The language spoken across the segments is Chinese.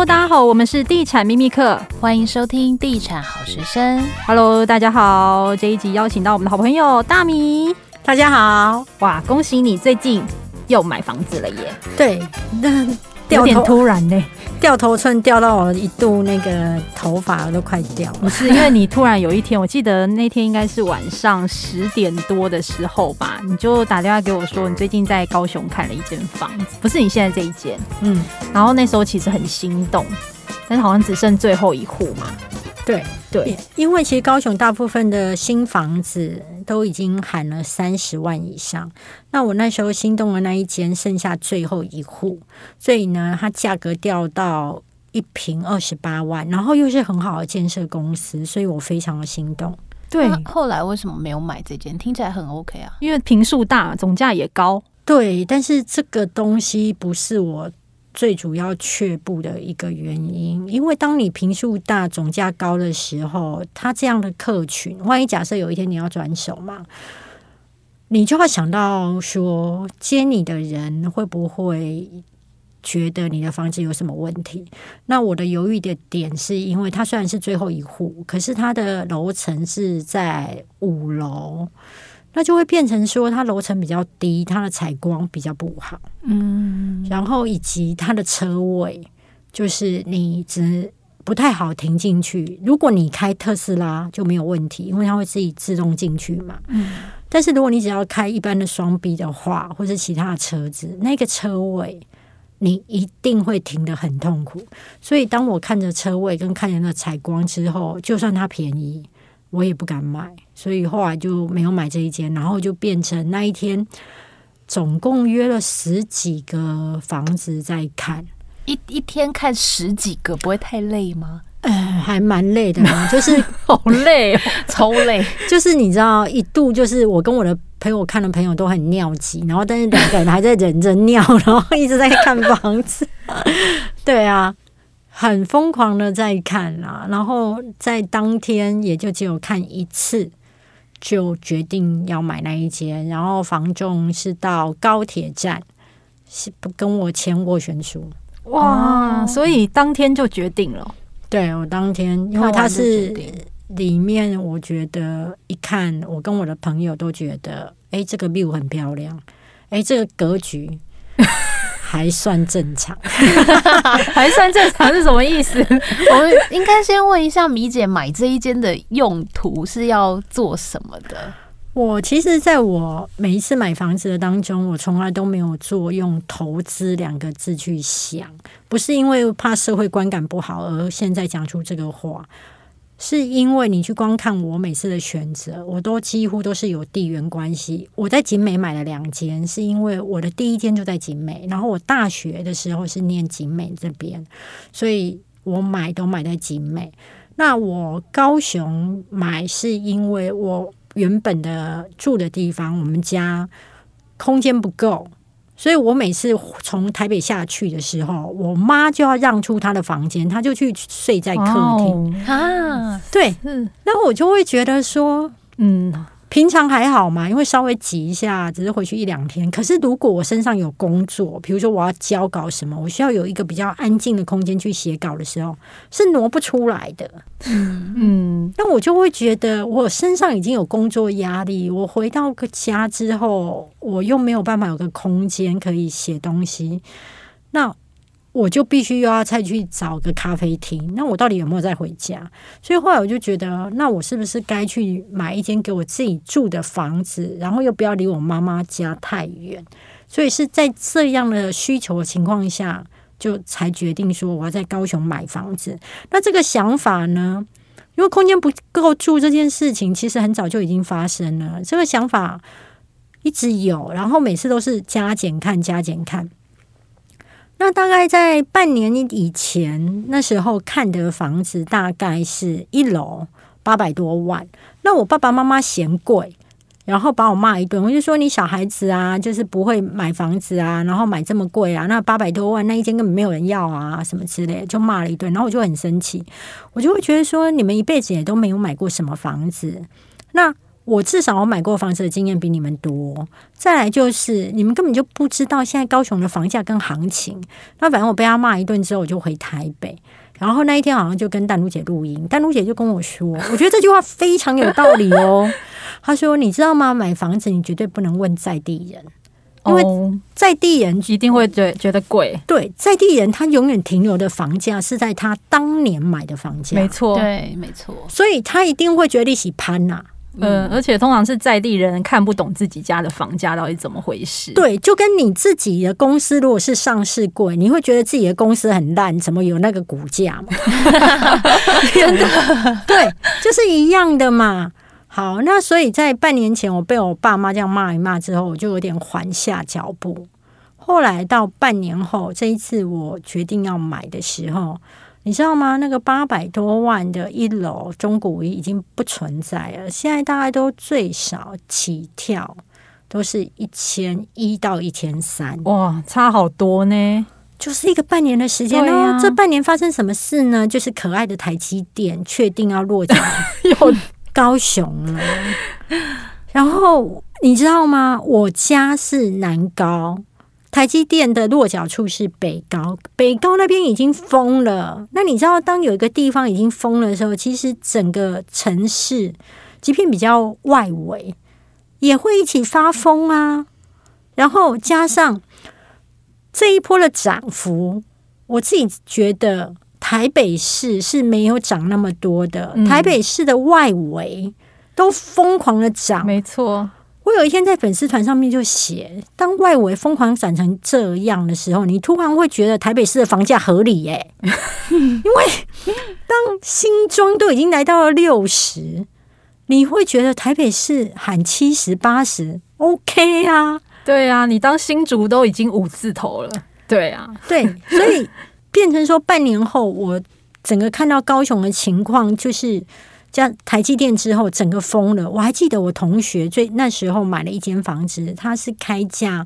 大家好，我们是地产秘密课， 欢迎收听地产好学生。 Hello， 大家好，这一集邀请到我们的好朋友大米。 大家好， 哇，恭喜你最近又买房子了耶！ 对，那有点突然呢， 掉头寸掉到我一度那个头发都快掉了。 不是因为你突然有一天，我记得那天应该是晚上10点多的时候吧，你就打电话给我说你最近在高雄看了一间房子，不是你现在这一间，然后那时候其实很心动，但是好像只剩最后一户嘛。对， 因为其实高雄大部分的新房子都已经喊了30万以上，那我那时候心动的那一间剩下最后一户，所以呢，它价格掉到1坪28万，然后又是很好的建设公司，所以我非常的心动。 对， 后来为什么没有买这间？听起来很 OK 啊， 因为坪数大，总价也高。 对，但是这个东西不是我最主要却步的一个原因，因为当你坪数大、总价高的时候，他这样的客群，万一假设有一天你要转手嘛，你就要想到说，接你的人会不会觉得你的房子有什么问题？那我的犹豫的点是因为它虽然是最后一户，可是它的楼层是在5楼。那就会变成说，它楼层比较低，它的采光比较不好，然后以及它的车位，就是你只不太好停进去。如果你开特斯拉就没有问题，因为它会自己自动进去嘛。但是如果你只要开一般的双 B 的话，或者其他的车子，那个车位你一定会停得很痛苦。所以当我看着车位跟看着那采光之后，就算它便宜，我也不敢买，所以后来就没有买这一间，然后就变成那一天总共约了10几个房子在看， 一天看10几个，不会太累吗？ 还蛮累的嘛，就是好累哦， 超累。 就是你知道，一度就是我跟我的陪我看的朋友都很尿急，然后但是2个人还在忍着尿，然后一直在看房子。对啊。很疯狂的在看啦，然后在当天也就只有看一次，就决定要买那一间，然后房仲是到高铁站是跟我签斡旋书。 哇，所以当天就决定了。 对，我当天，因为它是里面，我觉得一看，我跟我的朋友都觉得，这个 view 很漂亮，这个格局还算正常。 还算正常是什么意思？ 我们应该先问一下米姐，买这一间的用途是要做什么的？ 我其实在我每一次买房子的当中，我从来都没有做用投资2个字去想，不是因为怕社会观感不好而现在讲出这个话，是因为你去光看我每次的选择，我都几乎都是有地缘关系。我在景美买了2间，是因为我的第一间就在景美，然后我大学的时候是念景美这边，所以我都买在景美。那我高雄买是因为我原本的住的地方，我们家空间不够，所以我每次从台北下去的时候，我妈就要让出她的房间，她就去睡在客厅啊。 对，那我就会觉得说，平常还好嘛，因为稍微挤一下，只是回去1-2天。可是如果我身上有工作，比如说我要交稿什么，我需要有一个比较安静的空间去写稿的时候，是挪不出来的。那我就会觉得我身上已经有工作压力，我回到个家之后，我又没有办法有个空间可以写东西，那我就必须又要再去找个咖啡厅，那我到底有没有再回家？所以后来我就觉得，那我是不是该去买一间给我自己住的房子，然后又不要离我妈妈家太远？所以是在这样的需求的情况下，就才决定说我要在高雄买房子。那这个想法呢，因为空间不够住这件事情，其实很早就已经发生了。这个想法一直有，然后每次都是加减看。那大概在半年以前，那时候看的房子大概是1楼800多万。那我爸爸妈妈嫌贵，然后把我骂一顿。我就说你小孩子啊，就是不会买房子啊，然后买这么贵啊，那800多万那一间根本没有人要啊，什么之类的，就骂了一顿。然后我就很生气，我就会觉得说你们一辈子也都没有买过什么房子，那我至少我买过房子的经验比你们多。再来就是你们根本就不知道现在高雄的房价跟行情。那反正我被他骂一顿之后，我就回台北。然后那一天好像就跟淡如姐录音，淡如姐就跟我说，我觉得这句话非常有道理哦。她说：“你知道吗？买房子你绝对不能问在地人。”因为在地人一定会觉得贵， 对，在地人他永远停留的房价是在他当年买的房价， 没错， 对，没错， 所以他一定会觉得利息攀呐。 而且通常是在地人看不懂自己家的房价到底怎么回事。 对，就跟你自己的公司如果是上市柜，你会觉得自己的公司很烂，怎么有那个股价嘛？真的，对，就是一样的嘛。好，那所以在半年前我被我爸妈这样骂一骂之后，我就有点缓下脚步。后来到半年后，这一次我决定要买的时候，你知道吗？那个800多万的一楼中古屋已经不存在了，现在大概都最少起跳都是1100到1300， 哇，差好多呢。 就是一个半年的时间哦。这半年发生什么事呢？就是可爱的台积电确定要落脚高雄了。然后你知道吗？我家是南高，台积电的落脚处是北高，北高那边已经封了。那你知道，当有一个地方已经封了的时候，其实整个城市，即便比较外围，也会一起发疯啊。然后加上这一波的涨幅，我自己觉得台北市是没有涨那么多的，台北市的外围都疯狂的涨， 没错。 我有一天在粉丝团上面就写，当外围疯狂涨成这样的时候，你突然会觉得台北市的房价合理耶、因为当新庄都已经来到了60，你会觉得台北市喊70、80 OK 啊？ 对啊，你当新竹都已经5字头了，对啊， 对，所以变成说半年后，我整个看到高雄的情况就是加台积电之后整个疯了。我还记得我同学那时候买了一间房子，他是开价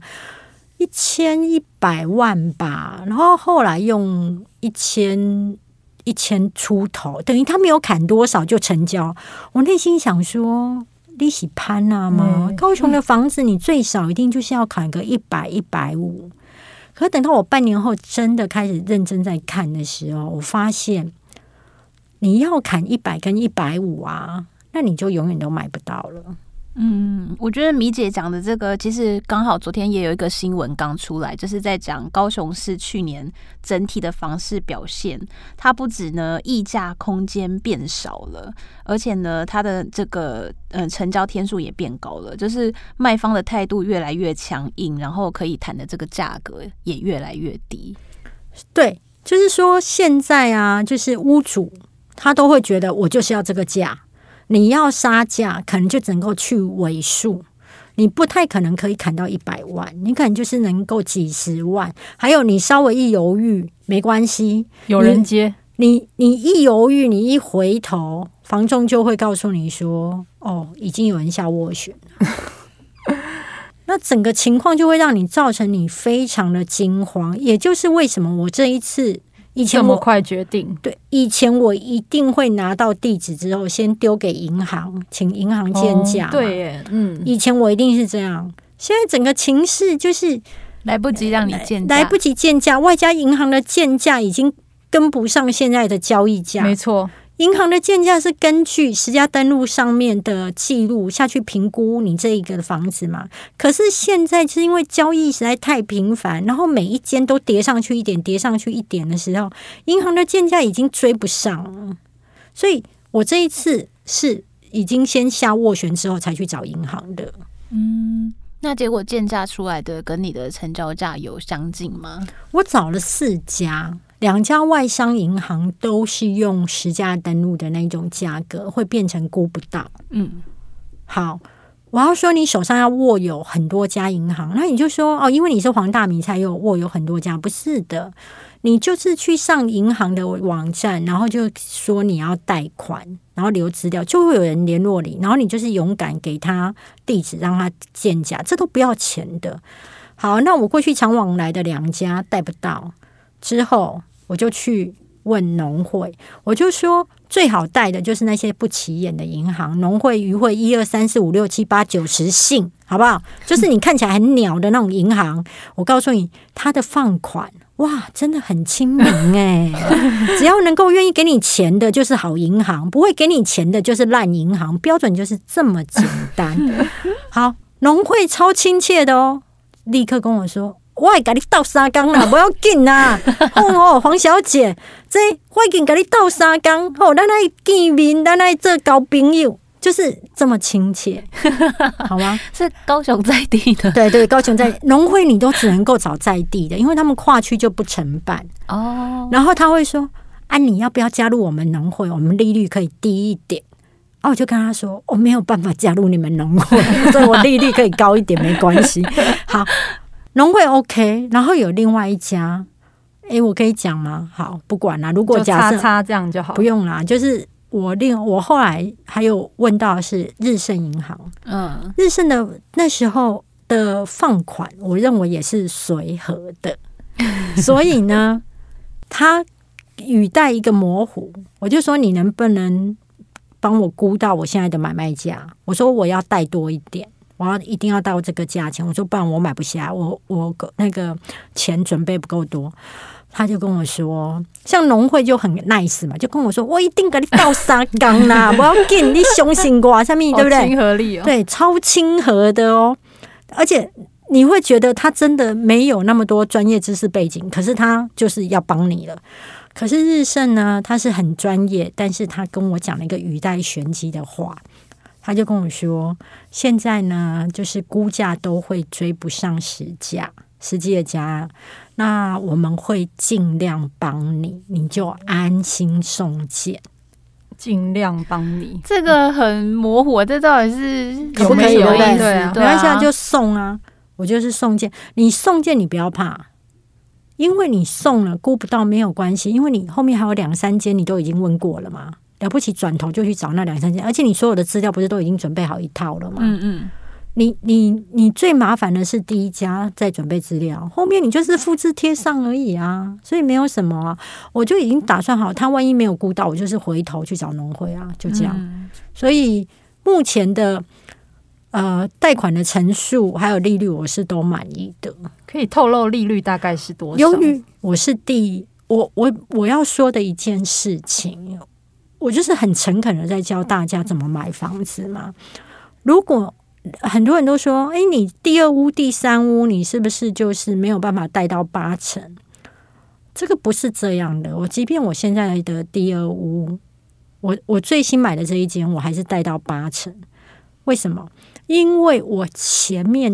1100万吧，然后后来用1000出头，等于他没有砍多少就成交。我内心想说，利息攀啊吗？高雄的房子你最少一定就是要砍个100、150。可等到我半年后真的开始认真在看的时候，我发现你要砍100跟150啊，那你就永远都买不到了。 我觉得米姐讲的这个，其实刚好昨天也有一个新闻刚出来，就是在讲高雄市去年整体的房市表现。它不止呢溢价空间变少了，而且呢它的这个成交天数也变高了，就是卖方的态度越来越强硬，然后可以谈的这个价格也越来越低。 对，就是说现在啊，就是屋主他都会觉得我就是要这个价。你要杀价，可能就只能够去尾数，你不太可能可以砍到100万，你可能就是能够几十万。还有你稍微一犹豫，没关系， 有人接。 你一犹豫，你一回头，房仲就会告诉你说：“哦，已经有人下斡旋了。”那整个情况就会让你造成你非常的惊慌，也就是为什么我这一次。以前这么快决定？ 对，以前我一定会拿到地址之后，先丢给银行，请银行鉴价。 对耶， 以前我一定是这样。现在整个情势就是来不及让你鉴价， 来不及鉴价，外加银行的鉴价已经跟不上现在的交易价。 没错。 银行的鉴价是根据实价登录上面的记录下去评估你这一个房子嘛。可是现在是因为交易实在太频繁，然后每一间都叠上去一点，叠上去一点的时候，银行的鉴价已经追不上了。所以我这一次是已经先下斡旋之后才去找银行的。 那结果鉴价出来的跟你的成交价有相近吗？ 我找了4家。2家外商银行都是用实价登录的那种价格，会变成估不到。好，我要说你手上要握有很多家银行，那你就说哦，因为你是黄大米才有握有很多家，不是的，你就是去上银行的网站，然后就说你要贷款，然后留资料，就会有人联络你，然后你就是勇敢给他地址，让他鉴价，这都不要钱的。好，那我过去常往来的2家贷不到之后。我就去问农会，我就说最好贷的就是那些不起眼的银行，农会、渔会1、2、3、4、5、6、7、8、9、10信，好不好？就是你看起来很鸟的那种银行，我告诉你，它的放款哇，真的很亲民哎！只要能够愿意给你钱的，就是好银行；不会给你钱的，就是烂银行。标准就是这么简单。好，农会超亲切的哦，立刻跟我说。我会给你倒3工啦，不要紧啦。黄小姐，我已经给你倒3工，咱来见面，咱来做交朋友，就是这么亲切，好吗？ 是高雄在地的， 对，高雄在农会，你都只能够找在地的，因为他们跨区就不承办哦。然后他会说：“啊，你要不要加入我们农会？我们利率可以低一点。”啊，我就跟他说：“我没有办法加入你们农会，所以我利率可以高一点，没关系。”好。农会 OK， 然后有另外一家，我可以讲吗？好，不管啦。如果假设叉这样就好， 不用啦。就是我后来还有问到的是日盛银行，日盛的那时候的放款，我认为也是随和的，所以呢，他语带一个模糊，我就说你能不能帮我估到我现在的买卖价？我说我要贷多一点。我一定要到这个价钱，我说不然我买不下，我那个钱准备不够多。他就跟我说，像农会就很 nice 嘛，就跟我说我一定给你倒3工啦，我要给你相信我，下面对不对？ 亲和力哦， 对，超亲和的哦，而且你会觉得他真的没有那么多专业知识背景，可是他就是要帮你了。可是日盛呢，他是很专业，但是他跟我讲了一个语带玄机的话。他就跟我说，现在呢，就是估价都会追不上实际的价，那我们会尽量帮你，你就安心送件， 尽量帮你。 这个很模糊，这到底是有没有意思？ 对啊， 没关系，就送啊，我就是送件。你送件你不要怕，因为你送了估不到没有关系，因为你后面还有2、3间你都已经问过了嘛。了不起，转头就去找那2、3间，而且你所有的资料不是都已经准备好一套了吗？你最麻烦的是第一家在准备资料，后面你就是复制贴上而已啊，所以没有什么啊。我就已经打算好，他万一没有估到，我就是回头去找农会啊，就这样。所以目前的贷款的成数还有利率，我是都满意的。 可以透露利率大概是多少？ 由于我是我要说的一件事情。我就是很诚恳的在教大家怎么买房子嘛。如果很多人都说，你第2屋、第3屋，你是不是就是没有办法贷到8成？这个不是这样的。即便我现在的第2屋，我最新买的这一间，我还是贷到8成。为什么？因为我前面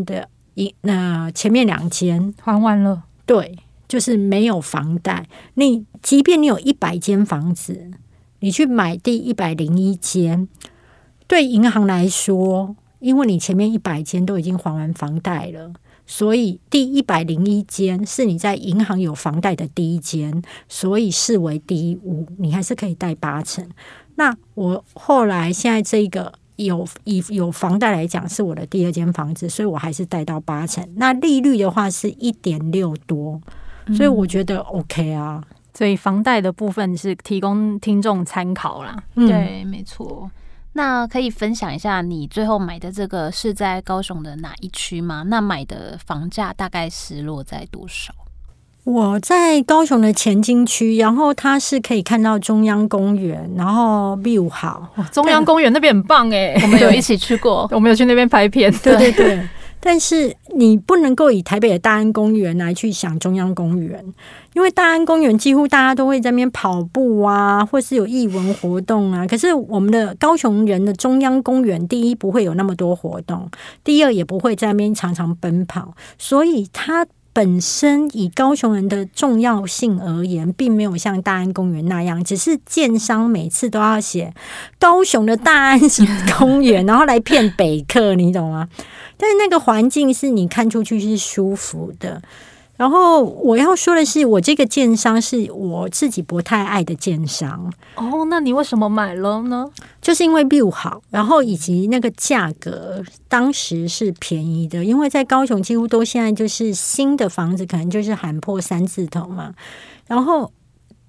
2间还完了， 对，就是没有房贷。即便你有100间房子。你去买第101间，对银行来说，因为你前面100间都已经还完房贷了，所以第101间是你在银行有房贷的第一间，所以视为第1屋，你还是可以贷8成。那我后来现在这个有房贷来讲，是我的第2间房子，所以我还是贷到8成。那利率的话是1.6多，所以我觉得 OK 啊。 所以房贷的部分是提供听众参考啦。 对，没错。那可以分享一下你最后买的这个是在高雄的哪一区吗？那买的房价大概是落在多少？ 我在高雄的前金区，然后它是可以看到中央公园，然后 view 好。 中央公园那边很棒欸， 我们有一起去过， 我们有去那边拍片。 对。但是你不能够以台北的大安公园来去想中央公园，因为大安公园几乎大家都会在那边跑步啊，或是有艺文活动啊。可是我们的高雄人的中央公园，第一不会有那么多活动，第二也不会在那边常常奔跑，所以它本身以高雄人的重要性而言，并没有像大安公园那样，只是建商每次都要写高雄的大安公园，然后来骗北客，你懂吗？但是那个环境是你看出去是舒服的。然后我要说的是，我这个建商是我自己不太爱的建商。 哦，那你为什么买了呢？ 就是因为 view 好，然后以及那个价格当时是便宜的，因为在高雄几乎都现在就是新的房子可能就是喊破3字头嘛。然后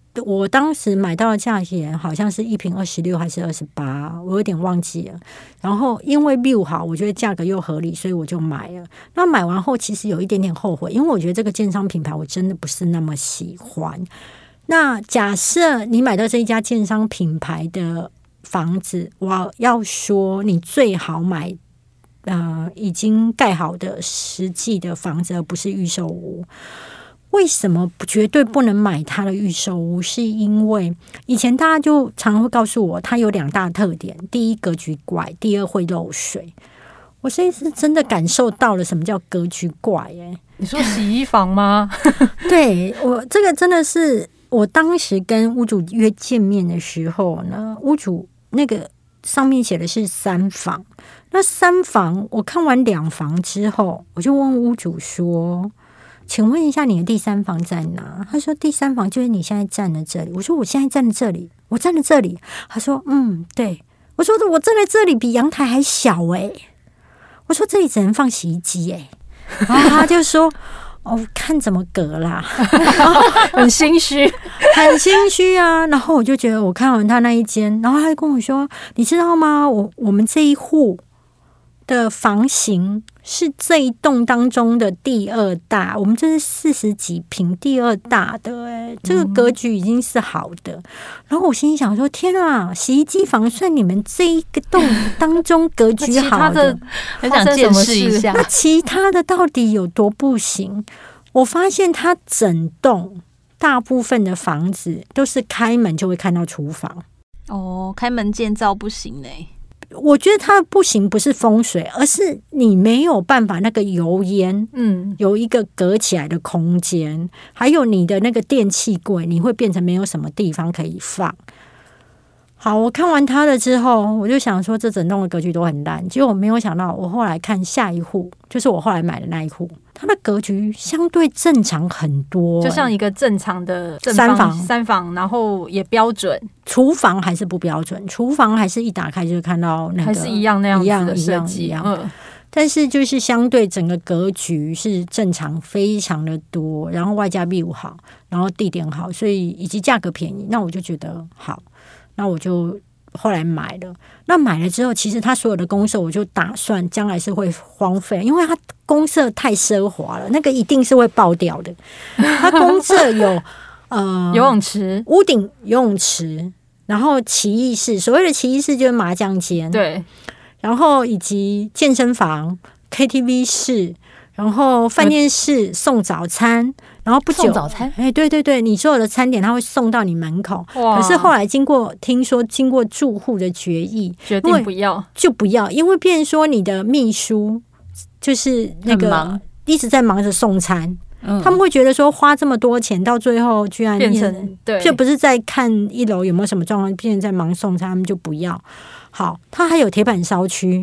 我当时买到的价钱好像是1坪26还是28，我有点忘记了。然后因为 view 好，我觉得价格又合理，所以我就买了。那买完后其实有一点点后悔，因为我觉得这个建商品牌我真的不是那么喜欢。那假设你买到这一家建商品牌的房子，我要说你最好买已经盖好的实际的房子，而不是预售屋。为什么绝对不能买它的预售屋？是因为以前大家就常会告诉我，它有2大特点：第一，格局怪；第二，会漏水。我这次真的感受到了什么叫格局怪你说洗衣房吗？ 对，我这个真的是我当时跟屋主约见面的时候呢，屋主那个上面写的是3房，那3房我看完2房之后，我就问屋主说，请问一下你的第3房在哪？他说第3房就是你现在站的这里。我说我现在站的这里，我站的这里。他说对。我说我站在这里比阳台还小我说这里只能放洗衣机然后他就说看怎么隔啦很心虚很心虚啊。然后我就觉得我看完他那一间，然后他就跟我说，你知道吗，我们这一户的房型是这一栋当中的第2大，我们这是40几坪第2大的这个格局已经是好的。然后我心里想说，天啊，洗衣机房算你们这一个栋当中格局好的很想见识一下， 那其他的到底有多不行？我发现它整栋大部分的房子都是开门就会看到厨房开门见灶不行我觉得它不行，不是风水，而是你没有办法那个油烟，有一个隔起来的空间，还有你的那个电器柜，你会变成没有什么地方可以放。好，我看完它的之后，我就想说这整栋的格局都很烂，结果我没有想到，我后来看下一户，就是我后来买的那一户，它的格局相对正常很多就像一个正常的三房，然后也标准。 厨房还是不标准，厨房还是一打开就看到那个还是一样那样子的设计， 但是就是相对整个格局是正常非常的多，然后外加 view 好，然后地点好，所以以及价格便宜，那我就觉得好，那我就后来买了。那买了之后，其实它所有的公设我就打算将来是会荒废，因为它公设太奢华了，那个一定是会爆掉的。它公设有游泳池、 屋顶游泳池，然后奇异室，所谓的奇异室就是麻将间， 对， 然后以及健身房、KTV 室，然后饭店室送早餐，然后不久送早餐， 对，你所有的餐点他会送到你门口。可是后来听说经过住户的决议， 决定不要就不要，因为变成说你的秘书就是那个一直在忙着送餐。他们会觉得说花这么多钱，到最后居然变成就不是在看1楼有没有什么状况，变成在忙送餐，他们就不要。好，它还有铁板烧区，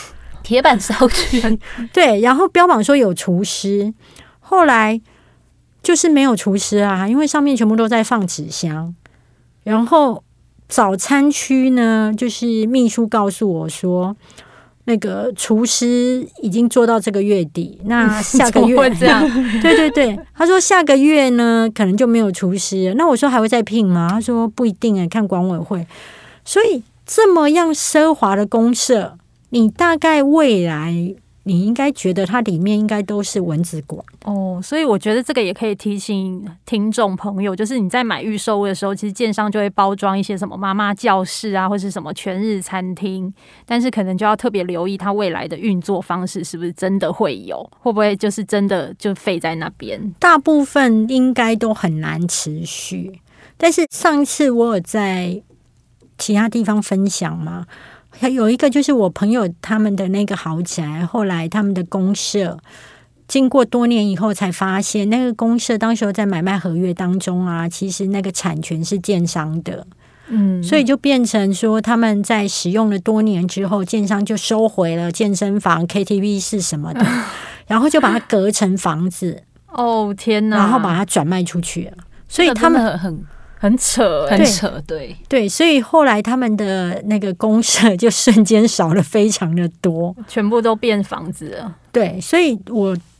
对，然后标榜说有厨师，后来就是没有厨师啊，因为上面全部都在放纸箱。然后早餐区呢，就是秘书告诉我说，那个厨师已经做到这个月底，那下个月会这样？ 对，他说下个月呢可能就没有厨师了。那我说还会再聘吗？他说不一定看管委会。所以这么样奢华的公设，你大概未来你应该觉得它里面应该都是蚊子馆所以我觉得这个也可以提醒听众朋友，就是你在买预售屋的时候，其实建商就会包装一些什么妈妈教室啊，或是什么全日餐厅，但是可能就要特别留意它未来的运作方式是不是真的会有，会不会就是真的就废在那边。 大部分应该都很难持续。但是上一次我有在其他地方分享嘛，有一个就是我朋友他们的那个豪宅，后来他们的公设经过多年以后才发现，那个公设当时在买卖合约当中啊，其实那个产权是建商的，所以就变成说他们在使用了多年之后，建商就收回了健身房、KTV 室什么的，然后就把它隔成房子。 天哪！ 然后把它转卖出去了，所以他们很扯， 对，所以后来他们的那个公设就瞬间少了非常的多， 全部都变房子了。 对，所以我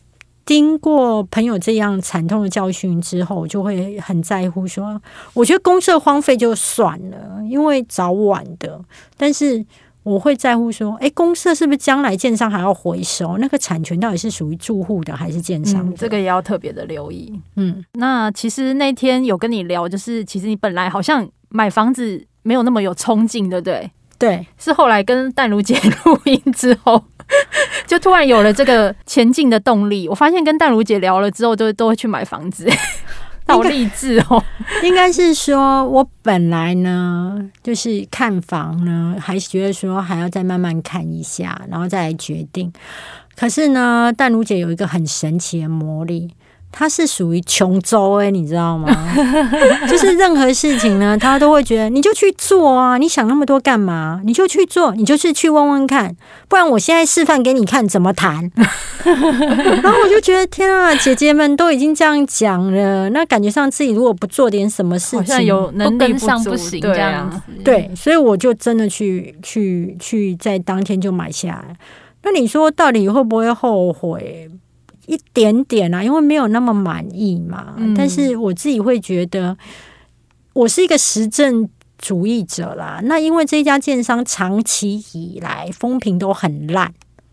经过朋友这样惨痛的教训之后，我就会很在乎说，我觉得公社荒废就算了，因为早晚的，但是我会在乎说，公社是不是将来建商还要回收？那个产权到底是属于住户的还是建商的？ 这个也要特别的留意。那其实那天有跟你聊，就是其实你本来好像买房子没有那么有冲劲，对不对？ 对， 是后来跟淡如姐录音之后，就突然有了这个前进的动力。我发现跟淡如姐聊了之后，都会去买房子，好励志哦！ 应该是说，我本来呢，就是看房呢，还是觉得说还要再慢慢看一下，然后再来决定。可是呢，淡如姐有一个很神奇的魔力。他是属于穷州你知道吗？就是任何事情呢，他都会觉得你就去做啊，你想那么多干嘛？你就去做，你就是去问问看，不然我现在示范给你看怎么谈。然后我就觉得天啊，姐姐们都已经这样讲了，那感觉上自己如果不做点什么事情，好像有能力不上不行这样子。 对，所以我就真的去在当天就买下来。那你说到底会不会后悔？一点点因为没有那么满意嘛。但是我自己会觉得，我是一个实证主义者啦。那因为这家建商长期以来风评都很烂，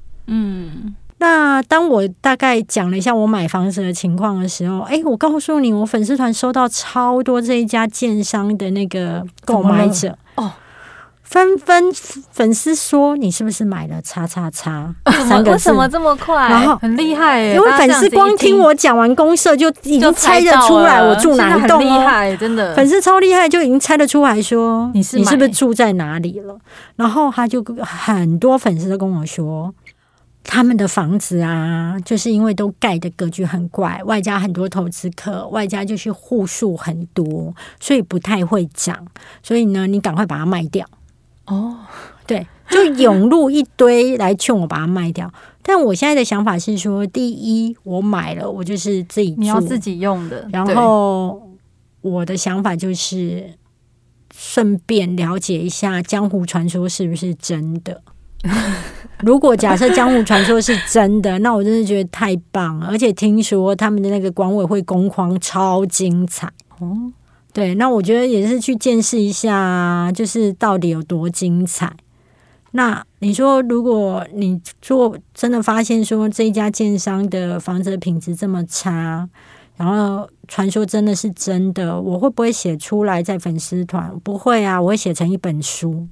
那当我大概讲了一下我买房子的情况的时候，我告诉你，我粉丝团收到超多这一家建商的那个购买者纷纷粉丝说你是不是买了叉叉叉3个字？ 为什么这么快？ 然后很厉害因为粉丝光听我讲完公社就已经猜得出来我住哪一栋很厉害，真的粉丝超厉害，就已经猜得出来说你是不是住在哪里了。然后他就很多粉丝都跟我说，他们的房子啊，就是因为都盖的格局很怪，外加很多投资客，外加就是户数很多，所以不太会涨。所以呢，你赶快把它卖掉。对，就涌入一堆来劝我把它卖掉。但我现在的想法是说，第一，我买了，我就是自己住， 你要自己用的。 然后我的想法就是顺便了解一下江湖传说是不是真的。如果假设江湖传说是真的，那我真的觉得太棒了。而且听说他们的那个管委会工框超精彩。对，那我觉得也是去见识一下，就是到底有多精彩。那你说，如果你真的发现说这一家建商的房子的品质这么差，然后传说真的是真的，我会不会写出来在粉丝团？不会啊，我会写成一本书。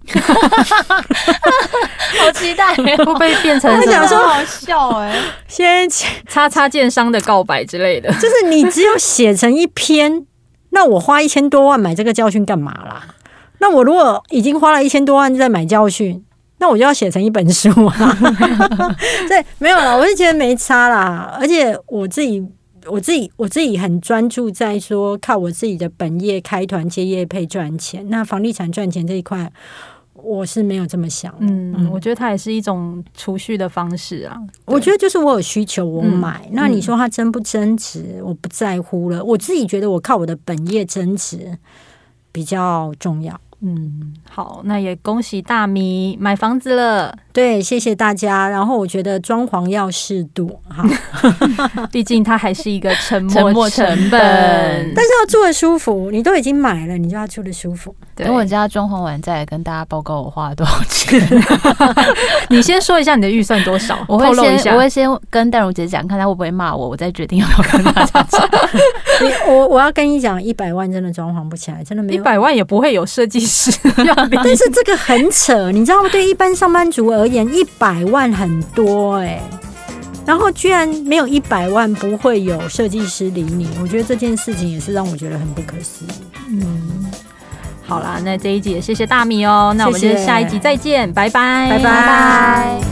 好期待会不会变成我想说好笑现在叉叉建商的告白之类的， 就是你只有写成一篇。那我花1000多万买这个教训干嘛啦？那我如果已经花了1000多万在买教训，那我就要写成一本书啊。对，没有啦，我是觉得没差啦。而且我自己很专注在说靠我自己的本业开团接业配赚钱。那房地产赚钱这一块，我是没有这么想。 我觉得它也是一种储蓄的方式啊。 我觉得就是我有需求我买，那你说它增不增值，我不在乎了。我自己觉得我靠我的本业增值比较重要。 好，那也恭喜大米买房子了。 对，谢谢大家。然后我觉得装潢要适度，好， 毕竟它还是一个沉没成本， 但是要住得舒服。你都已经买了，你就要住得舒服。 等我家装潢完再来跟大家报告我花了多少钱。 你先说一下你的预算多少， 我会先跟淡如姐讲，看她会不会骂我，我再决定要不要跟大家讲。 我要跟你讲，100万真的装潢不起来，真的没有 100万也不会有设计师。 但是这个很扯，你知道吗？对一般上班族而言，100万很多然后居然没有100万不会有设计师理你，我觉得这件事情也是让我觉得很不可思议。 好啦，那这一集也谢谢大米哦，那我们就下一集再见，拜拜， 拜拜。